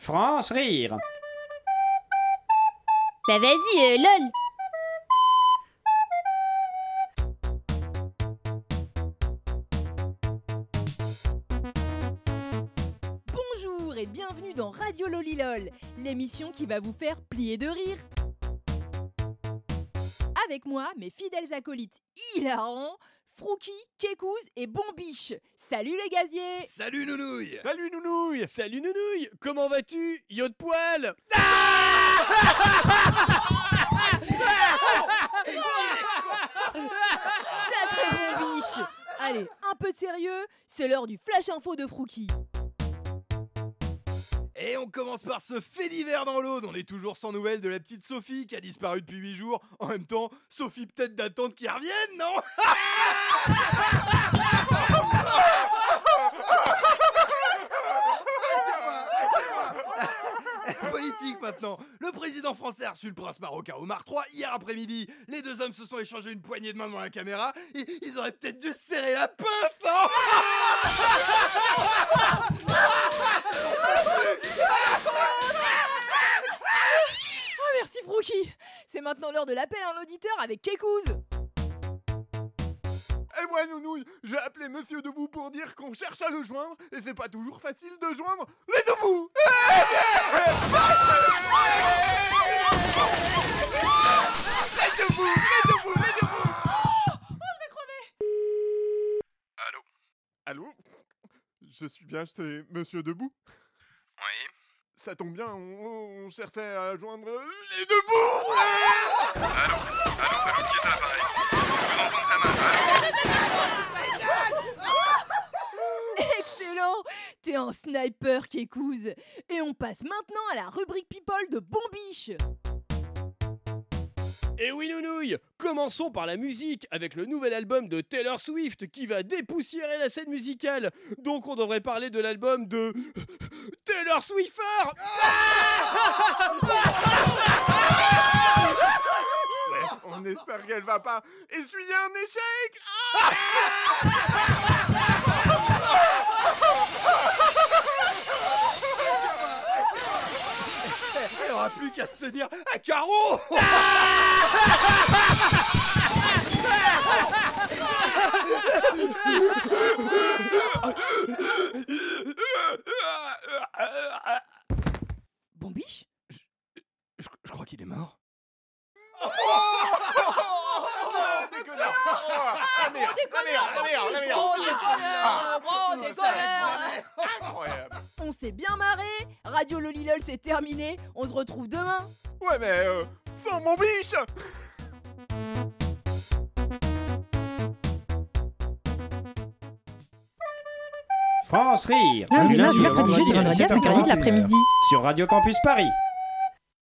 France rire. Bah vas-y, lol. Bonjour et bienvenue dans Radio Lolilol, l'émission qui va vous faire plier de rire. Avec moi, mes fidèles acolytes hilarants, Frouki, Kekouz et Bombiche. Salut les gaziers. Salut Nounouille. Salut Nounouille. Salut Nounouille. Comment vas-tu, yo de poil? Sacré Bombiche. Allez, un peu de sérieux, c'est l'heure du flash info de Frouki. Et on commence par ce fait divers dans l'Aude. On est toujours sans nouvelles de la petite Sophie qui a disparu depuis 8 jours. En même temps, Sophie peut-être d'attendre qu'il revienne, non? Politique maintenant. Le président français a reçu le prince marocain Omar III hier après-midi. Les deux hommes se sont échangés une poignée de main devant la caméra. Et ils auraient peut-être dû se serrer la pince, non? Merci Frouki. C'est maintenant l'heure de l'appel à un auditeur avec Kekouz. Et moi Nounouille, j'ai appelé Monsieur Debout pour dire qu'on cherche à le joindre et c'est pas toujours facile de joindre les Debout. Allô? Je suis bien chez Monsieur Debout? Oui. Ça tombe bien, on cherchait à joindre les Debout. Allô, qui est à l'appareil? Je vous entends très mal. Excellent. T'es un sniper Kekouz. Et on passe maintenant à la rubrique People de Bombiche. Et oui Nounouille, commençons par la musique avec le nouvel album de Taylor Swift qui va dépoussiérer la scène musicale. Donc on devrait parler de l'album de Taylor Swiffer. Ouais, on espère qu'elle va pas essuyer un échec. Il aura plus qu'à se tenir à carreau. Bombiche? Je crois qu'il est mort. Gros déconneur. On s'est bien marré. Radio Lolilol c'est terminé. On se retrouve demain. Ouais mais sans mon biche. France rire. Lundi, Du mardi, au mercredi, jeudi, vendredi à 5h30 de l'après-midi. Sur Radio Campus Paris.